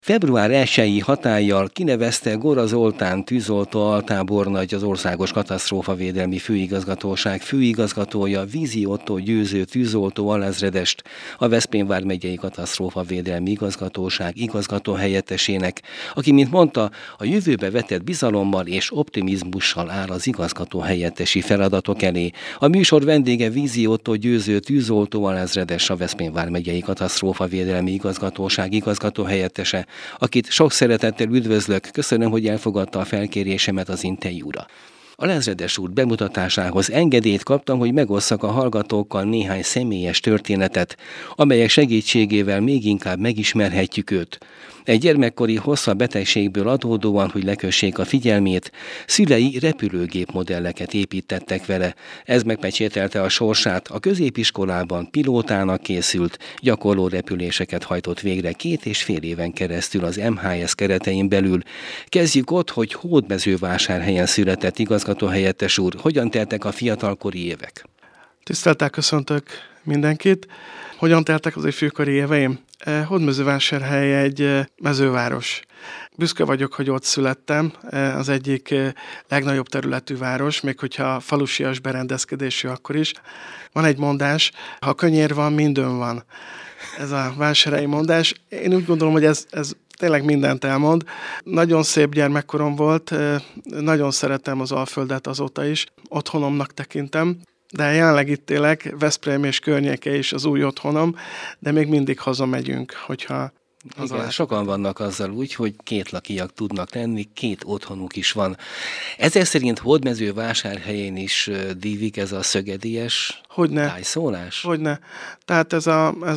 Február 1-i hatállyal kinevezte Gora Zoltán tűzoltó altábornagy az Országos Katasztrófavédelmi Főigazgatóság főigazgatója Vízi Ottó Győző tűzoltó alezredest a Veszprém vármegyei Katasztrófavédelmi Igazgatóság igazgatóhelyettesének, aki, mint mondta, a jövőbe vetett bizalommal és optimizmussal áll az igazgatóhelyettesi feladatok elé. A műsor vendége Vízi Ottó Győző tűzoltó alezredes, a Veszprém vármegyei Katasztrófavédelmi Igazgatóság igazgatóhelyettese, akit sok szeretettel üdvözlök, köszönöm, hogy elfogadta a felkérésemet az interjúra. Alezredes úr bemutatásához engedélyt kaptam, hogy megosszak a hallgatókkal néhány személyes történetet, amelyek segítségével még inkább megismerhetjük őt. Egy gyermekkori hosszabb betegségből adódóan, hogy lekössék a figyelmét, szülei repülőgépmodelleket építettek vele. Ez megpecsételte a sorsát, a középiskolában pilótának készült, gyakorló repüléseket hajtott végre 2,5 éven keresztül az MHS keretein belül. Kezdjük ott, hogy Hódmezővásárhelyen született igazgatóhelyettes úr. Hogyan teltek a fiatalkori évek? Tiszteltel köszöntök mindenkit. Hogyan teltek az ifjúkori éveim? Hódmezővásárhely egy mezőváros. Büszke vagyok, hogy ott születtem, az egyik legnagyobb területű város, még hogyha falusias berendezkedésű akkor is. Van egy mondás, ha könnyér van, mindön van. Ez a vásárhelyi mondás. Én úgy gondolom, hogy ez tényleg mindent elmond. Nagyon szép gyermekkorom volt, nagyon szeretem az Alföldet azóta is, otthonomnak tekintem. De jelenleg itt élek, Veszprém és környéke is az új otthonom, de még mindig hazamegyünk, hogyha... Igen, sokan vannak azzal úgy, hogy kétlakiak tudnak lenni, 2 otthonuk is van. Ezek szerint Hódmezővásárhelyén is dívik ez a szögedies tájszólás? Hogyne. Tehát ez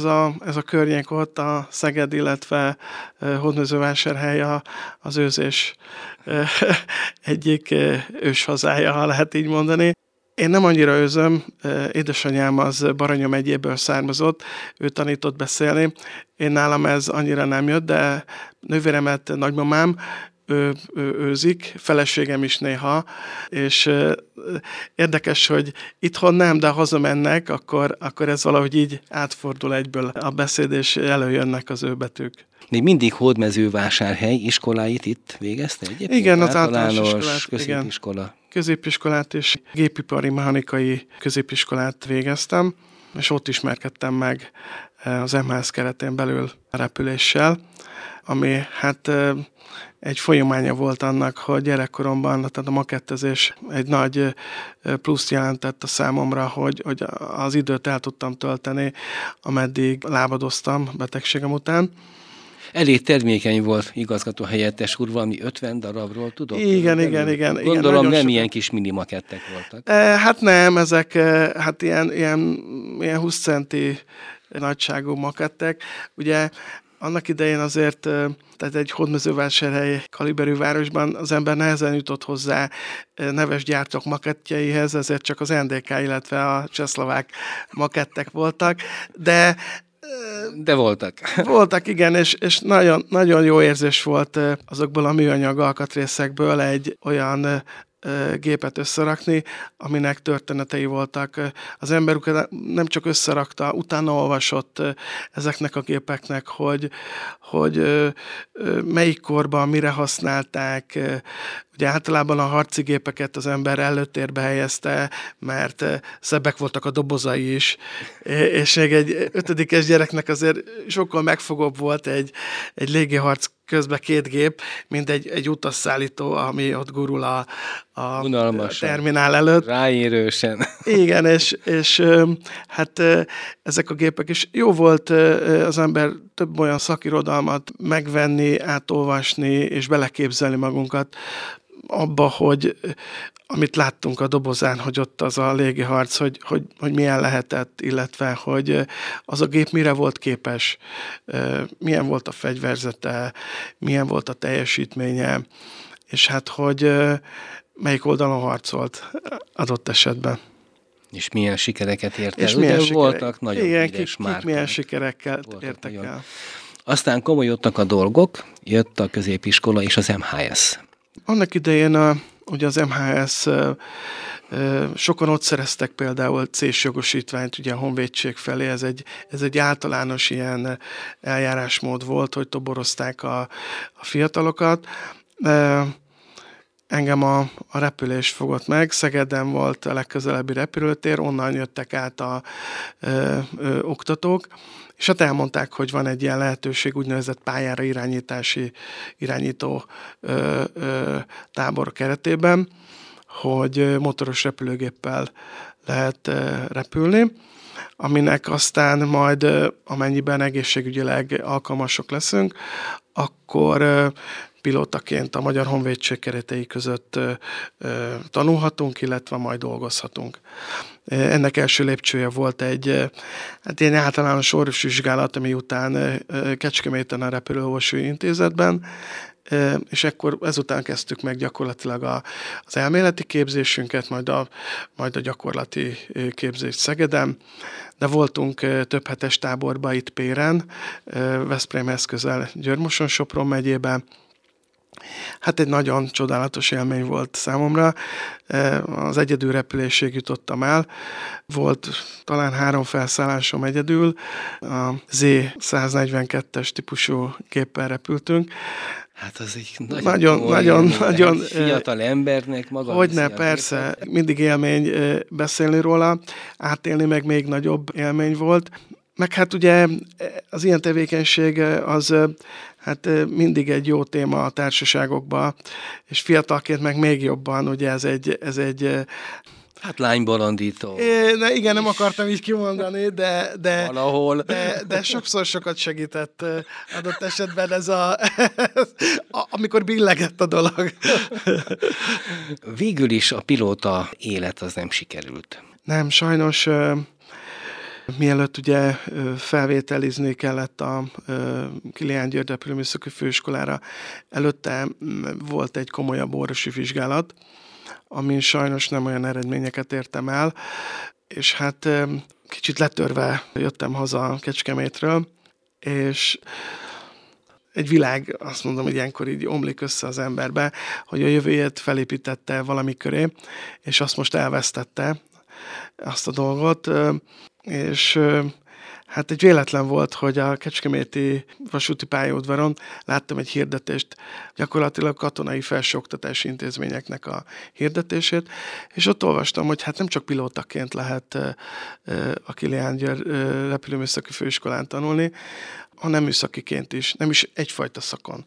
a környék ott, a Szeged, illetve Hódmezővásárhely az őzés egyik őshazája, ha lehet így mondani. Én nem annyira őzöm, édesanyám az Baranya megyéből származott, ő tanított beszélni. Én nálam ez annyira nem jött, de nővéremet nagymamám, ő őzik, feleségem is néha, és érdekes, hogy itthon nem, de hazamennek, akkor ez valahogy így átfordul egyből a beszéd, és előjönnek az ő betűk. Még mindig Hódmezővásárhely iskoláit itt végezte egyébként? Igen, az általános iskolát, középiskola. Igen. Középiskolát és gépipari mechanikai középiskolát végeztem, és ott ismerkedtem meg az MHS keretén belül repüléssel, ami hát egy folyamánya volt annak, hogy gyerekkoromban, tehát a makettezés egy nagy pluszt jelentett a számomra, hogy az időt el tudtam tölteni, ameddig lábadoztam betegségem után. Elég termékeny volt igazgatóhelyettes úr, valami 50 darabról tudok? Igen. Gondolom nem ilyen kis minimakettek voltak. Hát nem, ezek hát ilyen 20 centi nagyságú makettek. Ugye annak idején azért, tehát egy Hódmezővásárhely kaliberű városban az ember nehezen jutott hozzá neves gyártók makettjeihez, ezért csak az NDK, illetve a csehszlovák makettek voltak, de voltak. Voltak, igen, és nagyon, nagyon jó érzés volt azokból a műanyag alkatrészekből egy olyan gépet összerakni, aminek történetei voltak. Az ember nem csak összerakta, utána olvasott ezeknek a gépeknek, hogy melyik korban mire használták. Ugye általában a harci gépeket az ember előtérbe helyezte, mert szebbek voltak a dobozai is, és még egy 5-es gyereknek azért sokkal megfogóbb volt egy légiharc közben 2 gép, mint egy utasszállító, ami ott gurul a terminál előtt. Ráérősen. Igen, és hát ezek a gépek is jó volt az ember több olyan szakirodalmat megvenni, átolvasni, és beleképzelni magunkat abba, hogy amit láttunk a dobozán, hogy ott az a légiharc, hogy milyen lehetett, illetve hogy az a gép mire volt képes, milyen volt a fegyverzete, milyen volt a teljesítménye, és hát, hogy melyik oldalon harcolt adott esetben. És milyen sikereket ért el. Ugye voltak nagyon ügyes márkák. Milyen sikerekkel értek el. Aztán komolyodtak a dolgok, jött a középiskola és az MHS. Annak idején ugye az MHS, sokan ott szereztek például C-s jogosítványt ugye a honvédség felé, ez egy általános ilyen eljárásmód volt, hogy toborozták a fiatalokat. Engem a repülés fogott meg, Szegeden volt a legközelebbi repülőtér, onnan jöttek át a oktatók, és hát elmondták, hogy van egy ilyen lehetőség, úgynevezett pályára irányító tábor keretében, hogy motoros repülőgéppel lehet repülni, aminek aztán majd, amennyiben egészségügyileg alkalmasok leszünk, akkor pilótaként a Magyar Honvédség keretei között tanulhatunk, illetve majd dolgozhatunk. Ennek első lépcsője volt egy ilyen általános orvosvizsgálat, ami után Kecskeméten a Repülőorvosi Intézetben, és akkor ezután kezdtük meg gyakorlatilag az elméleti képzésünket, majd a gyakorlati képzést Szegeden, de voltunk több hetes táborba itt Péren, Veszprémhez közel Győr-Moson-Sopron megyében. Hát egy nagyon csodálatos élmény volt számomra. Az egyedül repülésig jutottam el. Volt talán 3 felszállásom egyedül. A Z-142-es típusú géppel repültünk. Hát az egy nagyon fiatal embernek maga. Hogyne, persze. Mindig élmény beszélni róla. Átélni meg még nagyobb élmény volt. Meg hát ugye az ilyen tevékenység az hát mindig egy jó téma a társaságokban, és fiatalként meg még jobban, ugye ez egy hát lánybalandító. Igen, nem akartam így kimondani, de valahol. De sokszor sokat segített adott esetben amikor billegett a dolog. Végül is a pilóta élet az nem sikerült. Nem, sajnos mielőtt ugye felvételizni kellett a Kilián György repülőműszaki főiskolára, előtte volt egy komolyabb orvosi vizsgálat, amin sajnos nem olyan eredményeket értem el, és hát kicsit letörve jöttem haza Kecskemétről, és egy világ, azt mondom, hogy ilyenkor így omlik össze az emberbe, hogy a jövőjét felépítette valami köré, és azt most elvesztette, azt a dolgot, és hát egy véletlen volt, hogy a kecskeméti vasúti pályaudvaron láttam egy hirdetést, gyakorlatilag katonai felsőoktatási intézményeknek a hirdetését, és ott olvastam, hogy hát nem csak pilótaként lehet a Kilián György repülőműszaki főiskolán tanulni, hanem műszakiként is, nem is egyfajta szakon.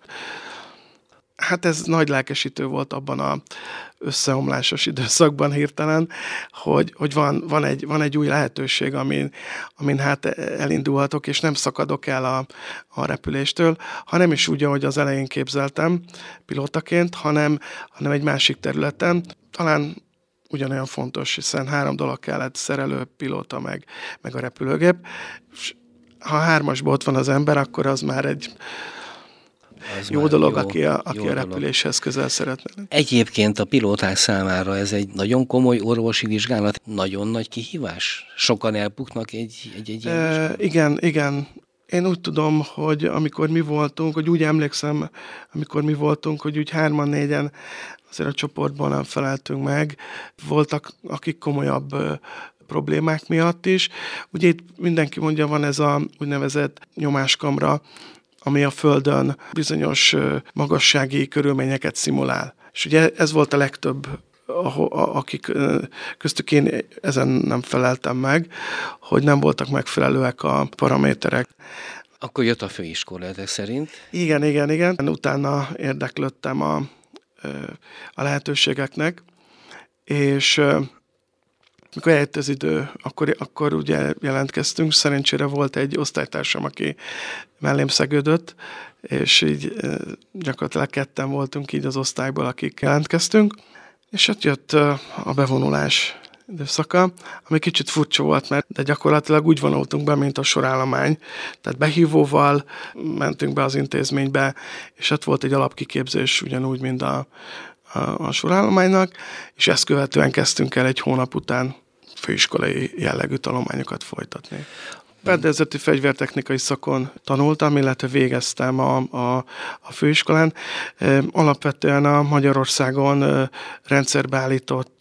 Hát ez nagy lelkesítő volt abban az összeomlásos időszakban hirtelen, hogy van egy új lehetőség, amin hát elindulhatok, és nem szakadok el a repüléstől, hanem is úgy, ahogy az elején képzeltem pilótaként, hanem egy másik területen. Talán ugyanolyan fontos, hiszen 3 dolog kellett: szerelő, pilóta, meg a repülőgép. Ha 3-asból ott van az ember, akkor az már egy jó dolog, aki a repüléshez közel szeretne. Egyébként a pilóták számára ez egy nagyon komoly orvosi vizsgálat, nagyon nagy kihívás? Sokan elbuknak egy ilyen Igen. Én úgy tudom, hogy amikor mi voltunk, hogy úgy emlékszem, amikor mi voltunk, hogy úgy 3-4-en azért a csoportban nem feleltünk meg. Voltak, akik komolyabb problémák miatt is. Ugye itt mindenki mondja, van ez a úgynevezett nyomáskamra, ami a Földön bizonyos magassági körülményeket szimulál. És ugye ez volt a legtöbb, akik köztük én ezen nem feleltem meg, hogy nem voltak megfelelőek a paraméterek. Akkor jött a főiskola ezek szerint? Igen. Utána érdeklődtem a lehetőségeknek, és mikor eljött az idő, akkor ugye jelentkeztünk. Szerencsére volt egy osztálytársam, aki mellém szegődött, és így gyakorlatilag 2 voltunk így az osztályból, akik jelentkeztünk. És ott jött a bevonulás időszaka, ami kicsit furcsa volt, de gyakorlatilag úgy vonultunk be, mint a sorállomány. Tehát behívóval mentünk be az intézménybe, és ott volt egy alapkiképzés ugyanúgy, mint a sorállománynak, és ezt követően kezdtünk el egy hónap után főiskolai jellegű tanulmányokat folytatni. Fedélzeti fegyvertechnikai szakon tanultam, illetve végeztem a főiskolán. Alapvetően a Magyarországon rendszerbe állított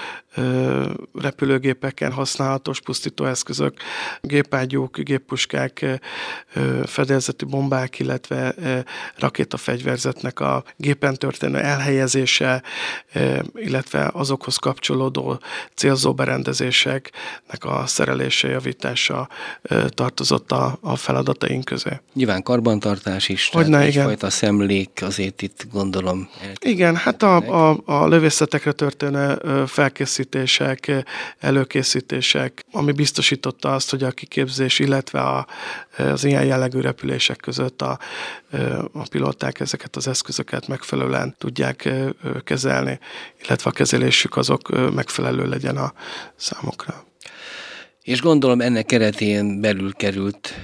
repülőgépeken használatos pusztítóeszközök, gépágyúk, géppuskák, fedélzeti bombák, illetve rakétafegyverzetnek a gépen történő elhelyezése, illetve azokhoz kapcsolódó célzó berendezéseknek a szerelése, javítása tartozott a feladataink közé. Nyilván karbantartás is, Hogyne, tehát egyfajta szemlék azért itt gondolom. Igen, hát a lövészetekre történő felkészítések, előkészítések, ami biztosította azt, hogy a kiképzés, illetve az ilyen jellegű repülések között a pilóták ezeket az eszközöket megfelelően tudják kezelni, illetve a kezelésük azok megfelelő legyen a számokra. És gondolom ennek keretén belül került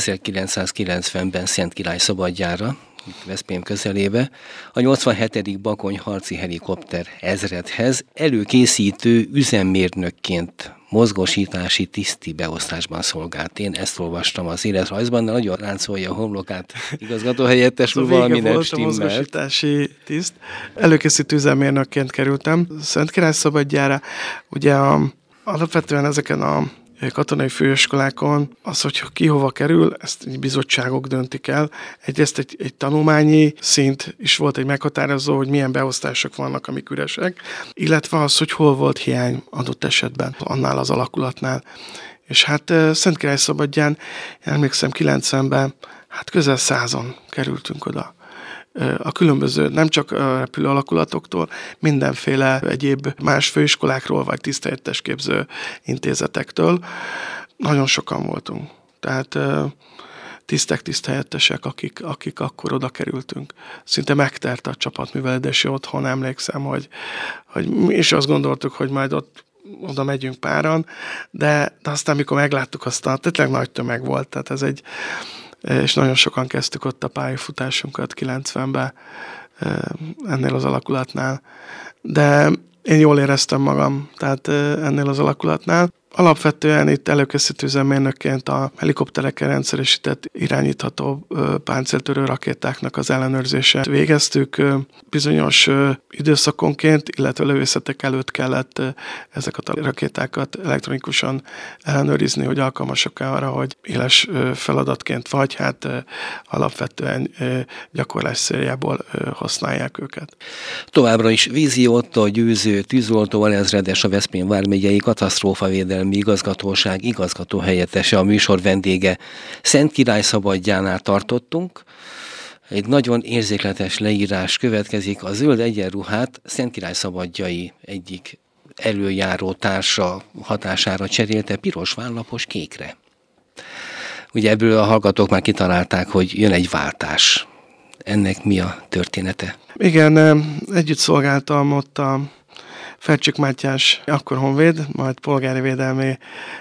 1990-ben Szentkirályszobogyára, itt Veszprém közelébe, a 87. Bakony harci helikopter ezredhez előkészítő üzemmérnökként mozgósítási tiszti beosztásban szolgált. Én ezt olvastam az életrajzban, de nagyon ráncolja a homlokát igazgatóhelyettes úr, valami nem stimmel. A mozgósítási tiszt. Előkészítő üzemmérnökként kerültem Szentkirályszobogyára. Ugye alapvetően ezeken a katonai főiskolákon az, hogy ki hova kerül, ezt bizottságok döntik el. Egyrészt egy tanulmányi szint is volt egy meghatározó, hogy milyen beosztások vannak, amik üresek, illetve az, hogy hol volt hiány adott esetben, annál az alakulatnál. És hát Szentkirályszobogyán, emlékszem 90-ben, hát közel 100-on kerültünk oda. A különböző, nem csak a repülő alakulatoktól, mindenféle egyéb más főiskolákról, vagy tiszthelyettesképző intézetektől. Nagyon sokan voltunk. Tehát tiszthelyettesek, akik akkor oda kerültünk. Szinte megtelt a csapatművelődési otthon, emlékszem, hogy mi is azt gondoltuk, hogy majd oda megyünk páran, de aztán, mikor megláttuk, aztán tényleg nagy tömeg volt, tehát és nagyon sokan kezdtük ott a pályafutásunkat 90-ben ennél az alakulatnál. De én jól éreztem magam, tehát ennél az alakulatnál. Alapvetően itt előkészítő üzemmérnökként a helikopterekkel rendszeresített irányítható páncéltörő rakétáknak az ellenőrzését végeztük. Bizonyos időszakonként, illetve lövészetek előtt kellett ezeket a rakétákat elektronikusan ellenőrizni, hogy alkalmasak-e arra, hogy éles feladatként vagy alapvetően gyakorlás céljából használják őket. Továbbra is Vízi Otto győző tűzoltó alezredes, a Veszprém vármegyei katasztrófavédelmi igazgatóság igazgatóhelyettese, a műsor vendége. Szentkirályszobogyánál tartottunk. Egy nagyon érzékletes leírás következik. A zöld egyenruhát Szentkirályszobogyai egyik előjáró társa hatására cserélte piros vállapos kékre. Ugye ebből a hallgatók már kitalálták, hogy jön egy váltás. Ennek mi a története? Igen, együtt szolgáltam ott a Fercsik Mátyás, akkor honvéd, majd polgári védelmi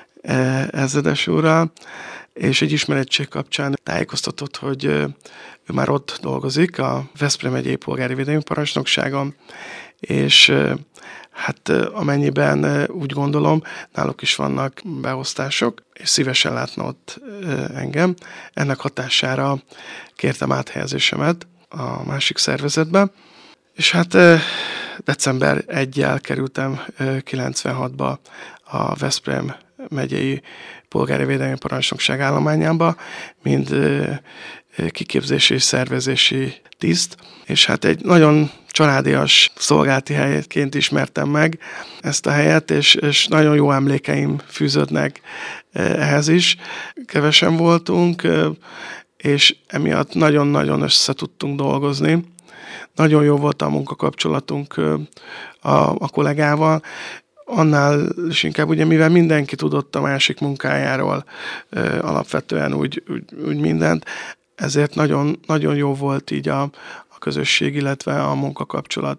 ezredes úrral, és egy ismerettség kapcsán tájékoztatott, hogy ő már ott dolgozik, a Veszprém megyei polgári védelmi parancsnokságon, és hát amennyiben úgy gondolom, náluk is vannak beosztások, és szívesen látna ott engem. Ennek hatására kértem áthelyezésemet a másik szervezetbe, és hát december 1-jel kerültem 96-ba a Veszprém megyei polgári védelmi parancsnokság állományába, mint kiképzési és szervezési tiszt, és hát egy nagyon családias szolgálati helyként ismertem meg ezt a helyet, és nagyon jó emlékeim fűződnek ehhez is. Kevesen voltunk, és emiatt nagyon-nagyon össze tudtunk dolgozni. Nagyon jó volt a munkakapcsolatunk a kollégával, annál is inkább, ugye, mivel mindenki tudott a másik munkájáról alapvetően úgy mindent, ezért nagyon, nagyon jó volt így a közösség, illetve a munkakapcsolat.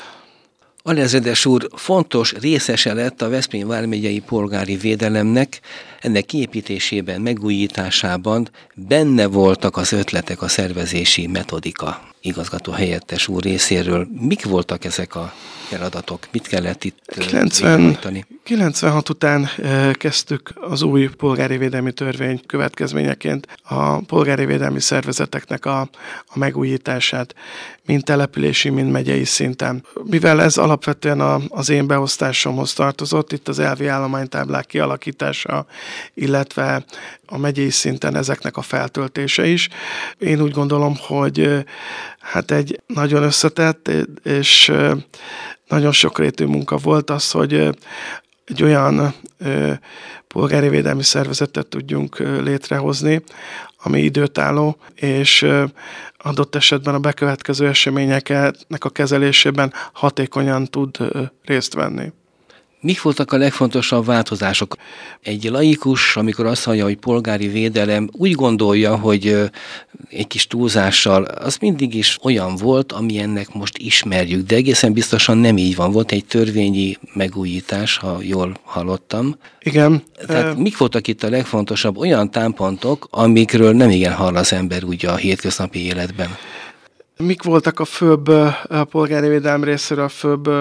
Alezredes úr fontos részese lett a Veszprém vármegyei polgári védelemnek, ennek kiépítésében, megújításában benne voltak az ötletek, a szervezési metodika. igazgató helyettes úr részéről. Mik voltak ezek a feladatok? Mit kellett itt végrehajtani? 96 után kezdtük az új polgári védelmi törvény következményeként a polgári védelmi szervezeteknek a megújítását, mind települési, mind megyei szinten. Mivel ez alapvetően az én beosztásomhoz tartozott, itt az elvi állománytáblák kialakítása, illetve a megyei szinten ezeknek a feltöltése is. Én úgy gondolom, hogy hát egy nagyon összetett és nagyon sokrétű munka volt az, hogy egy olyan polgári védelmi szervezetet tudjunk létrehozni, ami időtálló, és adott esetben a bekövetkező eseményeknek a kezelésében hatékonyan tud részt venni. Mik voltak a legfontosabb változások? Egy laikus, amikor azt hallja, hogy polgári védelem, úgy gondolja, hogy egy kis túlzással, az mindig is olyan volt, ami ennek most ismerjük, de egészen biztosan nem így van. Volt egy törvényi megújítás, ha jól hallottam. Igen. Tehát mik voltak itt a legfontosabb olyan támpontok, amikről nem igen hall az ember úgy a hétköznapi életben? Mik voltak a főbb polgári védelem részéről a főbb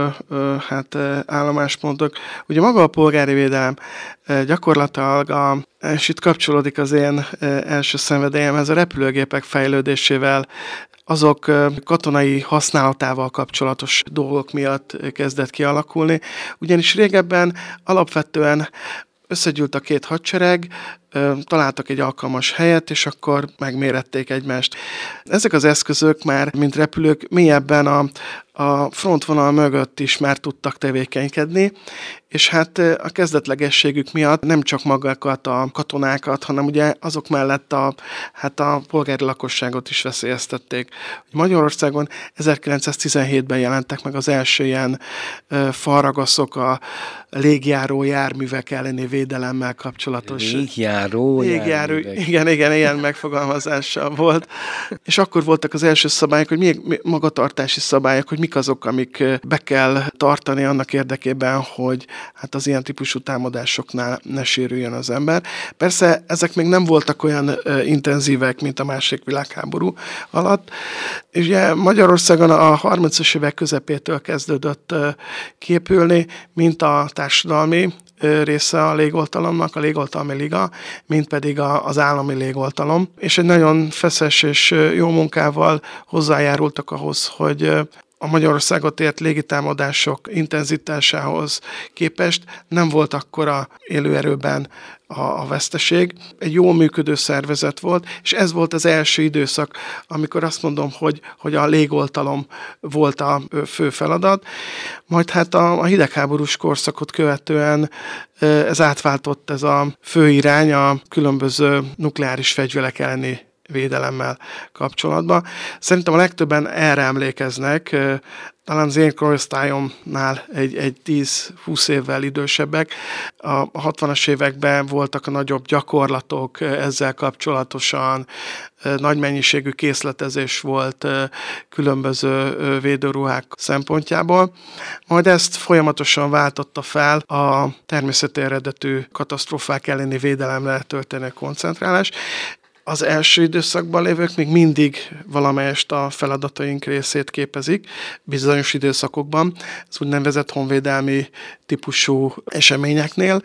állomáspontok? Ugye maga a polgári védelem gyakorlatilag, és itt kapcsolódik az én első szenvedélyemhez, a repülőgépek fejlődésével, azok katonai használatával kapcsolatos dolgok miatt kezdett kialakulni. Ugyanis régebben alapvetően összegyűlt a két hadsereg, találtak egy alkalmas helyet, és akkor megmérették egymást. Ezek az eszközök már, mint repülők, mélyebben a frontvonal mögött is már tudtak tevékenykedni, és hát a kezdetlegességük miatt nem csak magukat a katonákat, hanem ugye azok mellett a polgári lakosságot is veszélyeztették. Magyarországon 1917-ben jelentek meg az első ilyen falragaszok a légjáró járművek elleni védelemmel kapcsolatos. Légjáró, igen, ilyen megfogalmazása volt. És akkor voltak az első szabályok, hogy milyen magatartási szabályok, hogy mik azok, amik be kell tartani annak érdekében, hogy hát az ilyen típusú támadásoknál ne sérüljön az ember. Persze ezek még nem voltak olyan intenzívek, mint a második világháború alatt. És ugye Magyarországon a 30-as évek közepétől kezdődött képülni, mint a társadalmi része a légoltalomnak, a légoltalmi liga, mint pedig az állami légoltalom. És egy nagyon feszes és jó munkával hozzájárultak ahhoz, hogy a Magyarországot ért légitámadások intenzitásához képest nem volt akkora élőerőben a veszteség. Egy jól működő szervezet volt, és ez volt az első időszak, amikor azt mondom, hogy a légoltalom volt a fő feladat. Majd hát a hidegháborús korszakot követően ez átváltott, ez a fő irány a különböző nukleáris fegyverek elleni védelemmel kapcsolatban. Szerintem a legtöbben erre emlékeznek, talán az én korosztályomnál egy 10-20 évvel idősebbek. A 60-as években voltak a nagyobb gyakorlatok ezzel kapcsolatosan, nagy mennyiségű készletezés volt különböző védőruhák szempontjából. Majd ezt folyamatosan váltotta fel a természeti eredetű katasztrófák elleni védelemre történő koncentrálás. Az első időszakban lévők még mindig valamelyest a feladataink részét képezik, bizonyos időszakokban, az úgynevezett honvédelmi típusú eseményeknél,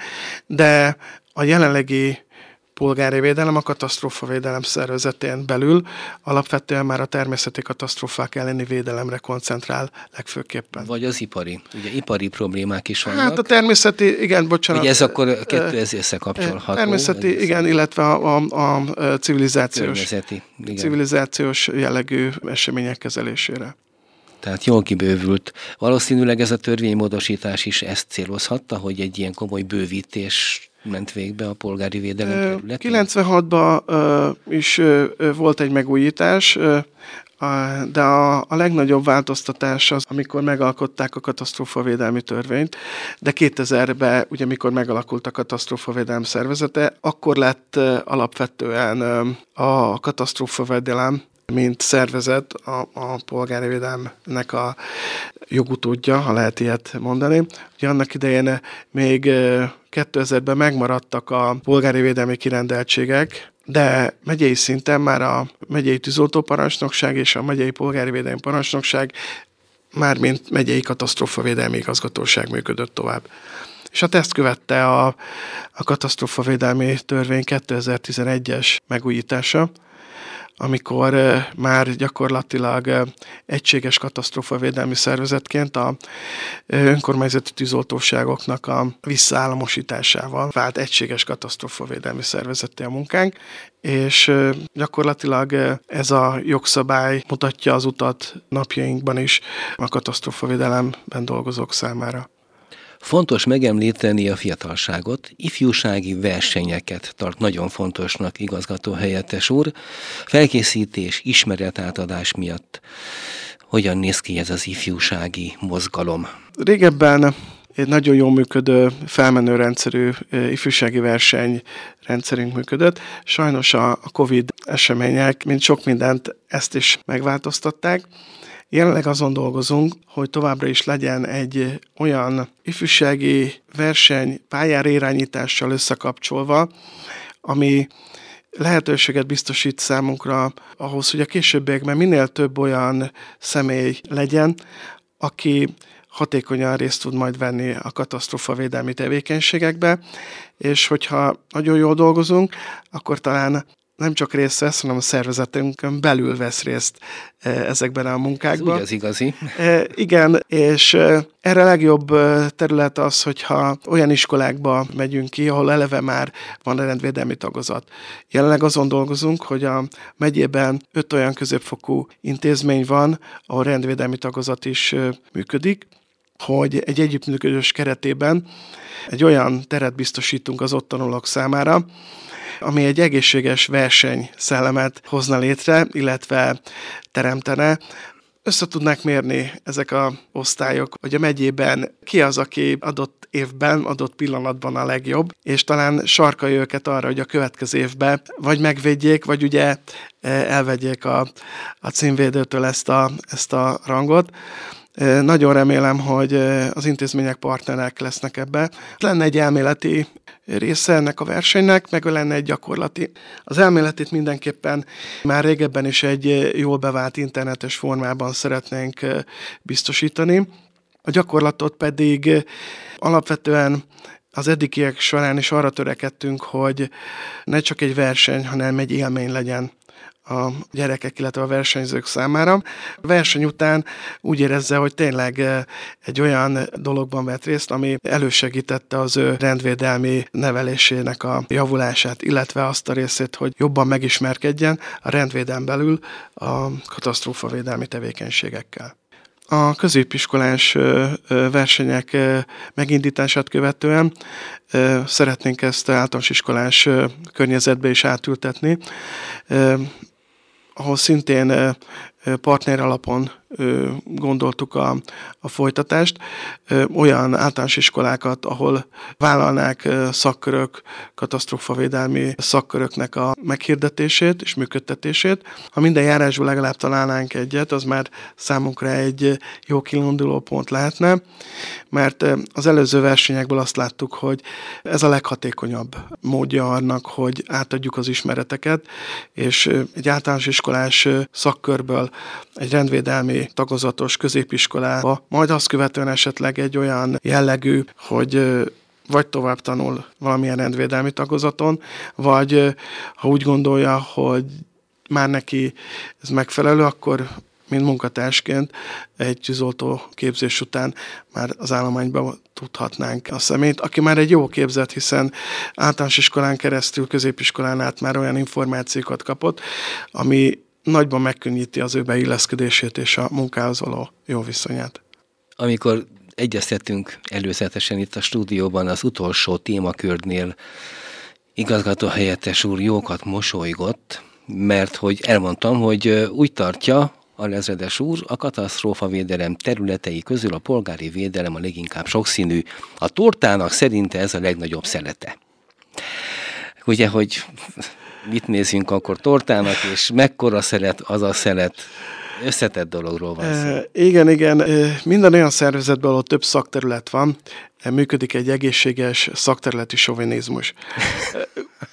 de a jelenlegi polgári védelem a katasztrófavédelem szervezetén belül alapvetően már a természeti katasztrófák elleni védelemre koncentrál legfőképpen. Vagy az ipari. Ugye ipari problémák is vannak. Hát a természeti, igen, bocsánat. Ugye ez akkor kettő összekapcsolható. Természeti, igen, illetve a civilizációs jellegű események kezelésére. Tehát jól kibővült. Valószínűleg ez a törvénymódosítás is ezt célozhatta, hogy egy ilyen komoly bővítés ment végbe a polgári védelem területén? 96-ban is volt egy megújítás, de a legnagyobb változtatás az, amikor megalkották a katasztrófavédelmi törvényt, de 2000-ben, ugye mikor megalakult a katasztrófavédelem szervezete, akkor lett alapvetően a katasztrófavédelem mint szervezet a polgári védelemnek a jogutódja, ha lehet ilyet mondani. Ugye annak idején még 2000-ben megmaradtak a polgári védelmi kirendeltségek, de megyei szinten már a megyei tűzoltóparancsnokság és a megyei polgári védelmi parancsnokság mármint megyei katasztrófavédelmi igazgatóság működött tovább. És hát ezt követte a katasztrófavédelmi törvény 2011-es megújítása, amikor már gyakorlatilag egységes katasztrófavédelmi szervezetként a önkormányzati tűzoltóságoknak a visszaállamosításával vált egységes katasztrófavédelmi szervezetté a munkánk, és gyakorlatilag ez a jogszabály mutatja az utat napjainkban is a katasztrófavédelemben dolgozók számára. Fontos megemlíteni a fiatalságot, ifjúsági versenyeket tart nagyon fontosnak igazgatóhelyettes úr. Felkészítés, ismeretátadás miatt hogyan néz ki ez az ifjúsági mozgalom? Régebben egy nagyon jól működő, felmenő rendszerű ifjúsági versenyrendszerünk működött. Sajnos a Covid események, mint sok mindent, ezt is megváltoztatták. Jelenleg azon dolgozunk, hogy továbbra is legyen egy olyan ifjúsági verseny pályára irányítással összekapcsolva, ami lehetőséget biztosít számunkra ahhoz, hogy a későbbiekben minél több olyan személy legyen, aki hatékonyan részt tud majd venni a katasztrófavédelmi tevékenységekbe, és hogyha nagyon jól dolgozunk, akkor talán nem csak részt vesz, hanem a szervezetünkön belül vesz részt ezekben a munkákban. Ez igazi. Igen, és erre legjobb terület az, hogyha olyan iskolákba megyünk ki, ahol eleve már van a rendvédelmi tagozat. Jelenleg azon dolgozunk, hogy a megyében 5 olyan középfokú intézmény van, ahol rendvédelmi tagozat is működik, hogy egy együttműködés keretében egy olyan teret biztosítunk az ott tanulók számára, ami egy egészséges versenyszellemet hozna létre, illetve teremtene. Össze tudnák mérni ezek az osztályok, hogy a megyében ki az, aki adott évben, adott pillanatban a legjobb, és talán sarkalja őket arra, hogy a következő évben vagy megvédjék, vagy ugye elvegyék a címvédőtől ezt a rangot. Nagyon remélem, hogy az intézmények partnerek lesznek ebbe. Lenne egy elméleti része ennek a versenynek, meg lenne egy gyakorlati. Az elméletit mindenképpen már régebben is egy jól bevált internetes formában szeretnénk biztosítani. A gyakorlatot pedig alapvetően az eddigiek során is arra törekedtünk, hogy ne csak egy verseny, hanem egy élmény legyen a gyerekek, illetve a versenyzők számára. A verseny után úgy érezze, hogy tényleg egy olyan dologban vett részt, ami elősegítette az ő rendvédelmi nevelésének a javulását, illetve azt a részét, hogy jobban megismerkedjen a rendvédelmen belül a katasztrófavédelmi tevékenységekkel. A középiskolás versenyek megindítását követően szeretnénk ezt általános iskolás környezetbe is átültetni, ahol szintén partner alapon gondoltuk a folytatást, olyan általános iskolákat, ahol vállalnák szakkörök, katasztrófavédelmi szakköröknek a meghirdetését és működtetését. Ha minden járásból legalább találnánk egyet, az már számunkra egy jó kiinduló pont lehetne, mert az előző versenyekből azt láttuk, hogy ez a leghatékonyabb módja annak, hogy átadjuk az ismereteket, és egy általános iskolás szakkörből egy rendvédelmi tagozatos középiskolába, majd azt követően esetleg egy olyan jellegű, hogy vagy tovább tanul valamilyen rendvédelmi tagozaton, vagy ha úgy gondolja, hogy már neki ez megfelelő, akkor mint munkatársként egy tűzoltó képzés után már az állományba tudhatnánk a személyt, aki már egy jó képzett, hiszen általános iskolán keresztül, középiskolán át már olyan információkat kapott, ami nagyban megkönnyíti az ő beilleszkedését és a munkához való jó viszonyát. Amikor egyeztettünk előzetesen itt a stúdióban az utolsó témakörnél, igazgatóhelyettes úr jókat mosolygott, mert hogy elmondtam, hogy úgy tartja alezredes úr, a katasztrófavédelem területei közül a polgári védelem a leginkább sokszínű. A tortának szerinte ez a legnagyobb szelete. Ugye, hogy mit nézzünk akkor tortának, és mekkora szelet az a szelet? Összetett dologról van szó. Igen. Minden olyan szervezetben, ahol több szakterület van, működik egy egészséges szakterületi sovinizmus.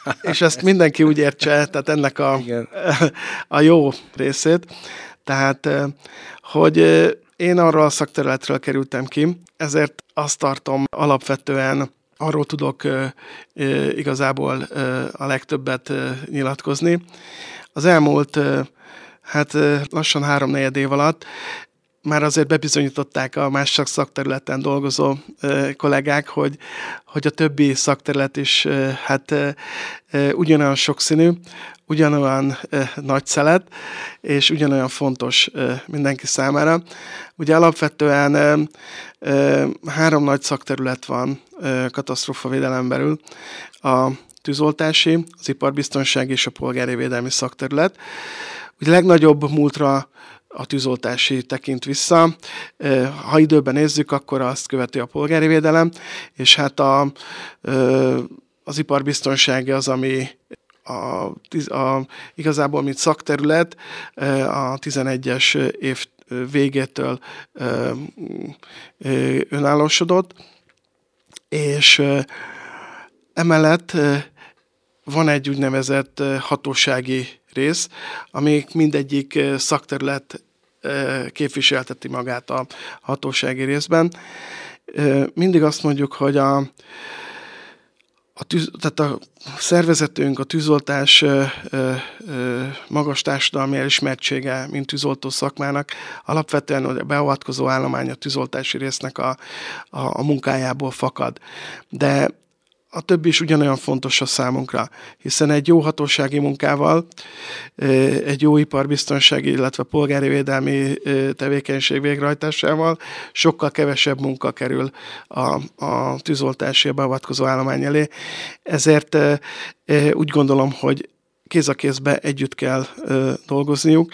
és ezt mindenki úgy értse, tehát ennek a jó részét. Tehát, hogy én arról a szakterületről kerültem ki, ezért azt tartom alapvetően, arról tudok igazából a legtöbbet nyilatkozni. Az elmúlt, lassan 3-4 év alatt már azért bebizonyították a más szakterületen dolgozó kollégák, hogy a többi szakterület is ugyanolyan sokszínű, ugyanolyan nagy szelet, és ugyanolyan fontos mindenki számára. Ugye alapvetően 3 nagy szakterület van katasztrófavédelem belül, a tűzoltási, az iparbiztonsági és a polgári védelmi szakterület. Ugye legnagyobb múltra a tűzoltási tekint vissza. Ha időben nézzük, akkor azt követi a polgári védelem, és hát az iparbiztonsági az, ami igazából mint szakterület a 11-es év végétől önállósodott, és emellett van egy úgynevezett hatósági rész, ami mindegyik szakterület képviselteti magát a hatósági részben. Mindig azt mondjuk, hogy tehát a szervezetünk, a tűzoltás magas társadalmi elismertsége, mint tűzoltó szakmának, alapvetően a beavatkozó állomány a tűzoltási résznek a munkájából fakad. De a többi is ugyanolyan fontos a számunkra, hiszen egy jó hatósági munkával, egy jó iparbiztonsági, illetve polgári védelmi tevékenység végrehajtásával sokkal kevesebb munka kerül a tűzoltási beavatkozó állomány elé. Ezért úgy gondolom, hogy kéz a kézbe együtt kell dolgozniuk,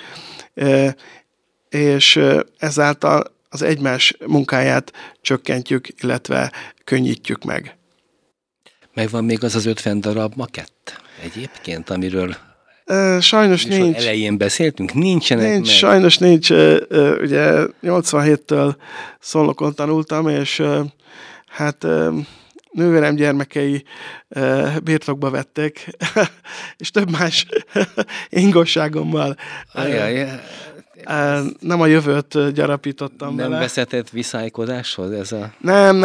és ezáltal az egymás munkáját csökkentjük, illetve könnyítjük meg. Megvan még az 50 darab makett egyébként, amiről sajnos nincs. Elején beszéltünk? Nincsenek meg. Sajnos nincs. Ugye 87-től Szolnokon tanultam, és nővérem gyermekei birtokba vették, és több más ingosságommal nem a jövőt gyarapítottam vele. Nem vezetett viszálykodáshoz ez a Nem,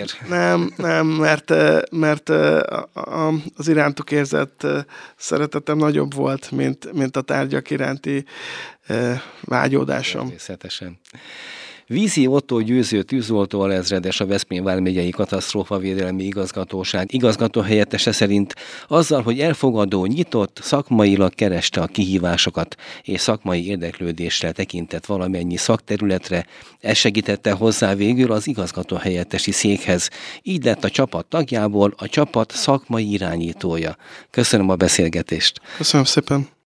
mert az irántuk érzett szeretetem nagyobb volt, mint a tárgyak iránti vágyódásom. Természetesen. Vízi Ottó Győző tűzoltó alezredes, a Veszprém vármegyei katasztrófavédelmi igazgatóság igazgatóhelyettese szerint azzal, hogy elfogadó, nyitott, szakmailag kereste a kihívásokat és szakmai érdeklődésre tekintett valamennyi szakterületre, ez segítette hozzá végül az igazgatóhelyettesi székhez. Így lett a csapat tagjából a csapat szakmai irányítója. Köszönöm a beszélgetést. Köszönöm szépen.